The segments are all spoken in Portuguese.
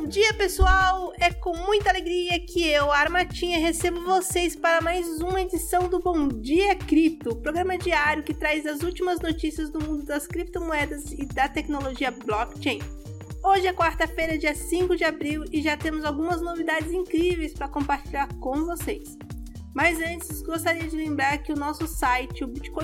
dia, pessoal! É com muita alegria que eu, Armatinha, recebo vocês para mais uma edição do Bom Dia Cripto, programa diário que traz as últimas notícias do mundo das criptomoedas e da tecnologia blockchain. Hoje é quarta-feira, dia 5 de abril, e já temos algumas novidades incríveis para compartilhar com vocês. Mas antes, gostaria de lembrar que o nosso site, o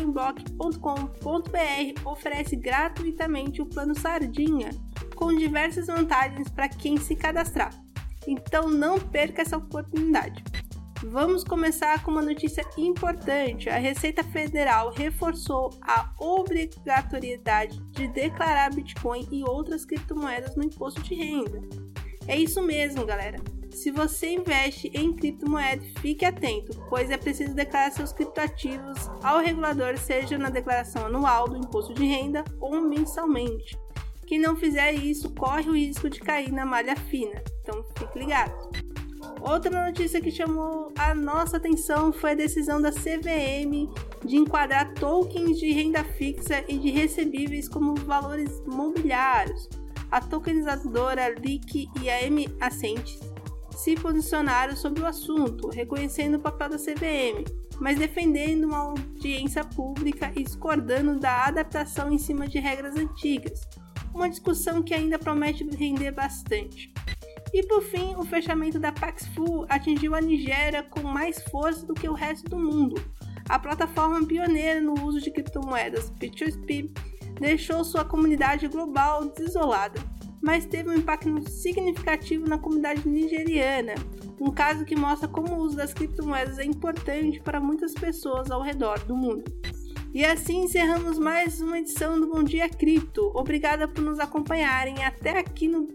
bitcoinblock.com.br, oferece gratuitamente o plano Sardinha, com diversas vantagens para quem se cadastrar. Então não perca essa oportunidade. Vamos começar com uma notícia importante. A Receita Federal reforçou a obrigatoriedade de declarar Bitcoin e outras criptomoedas no imposto de renda. É isso mesmo, galera. Se você investe em criptomoeda, fique atento, pois é preciso declarar seus criptoativos ao regulador, seja na declaração anual do imposto de renda ou mensalmente. Quem não fizer isso corre o risco de cair na malha fina, então fique ligado. Outra notícia que chamou a nossa atenção foi a decisão da CVM de enquadrar tokens de renda fixa e de recebíveis como valores mobiliários. A tokenizadora LIC e a M-Ascent se posicionaram sobre o assunto, reconhecendo o papel da CVM, mas defendendo uma audiência pública e discordando da adaptação em cima de regras antigas, uma discussão que ainda promete render bastante. E por fim, o fechamento da Paxful atingiu a Nigéria com mais força do que o resto do mundo. A plataforma pioneira no uso de criptomoedas, P2P, deixou sua comunidade global desolada, mas teve um impacto significativo na comunidade nigeriana, um caso que mostra como o uso das criptomoedas é importante para muitas pessoas ao redor do mundo. E assim encerramos mais uma edição do Bom Dia Cripto. Obrigada por nos acompanharem até aqui no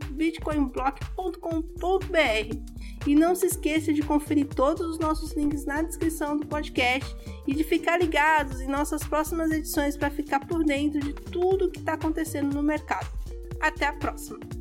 bitcoinblock.com.br. E não se esqueça de conferir todos os nossos links na descrição do podcast e de ficar ligados em nossas próximas edições para ficar por dentro de tudo que está acontecendo no mercado. Até a próxima!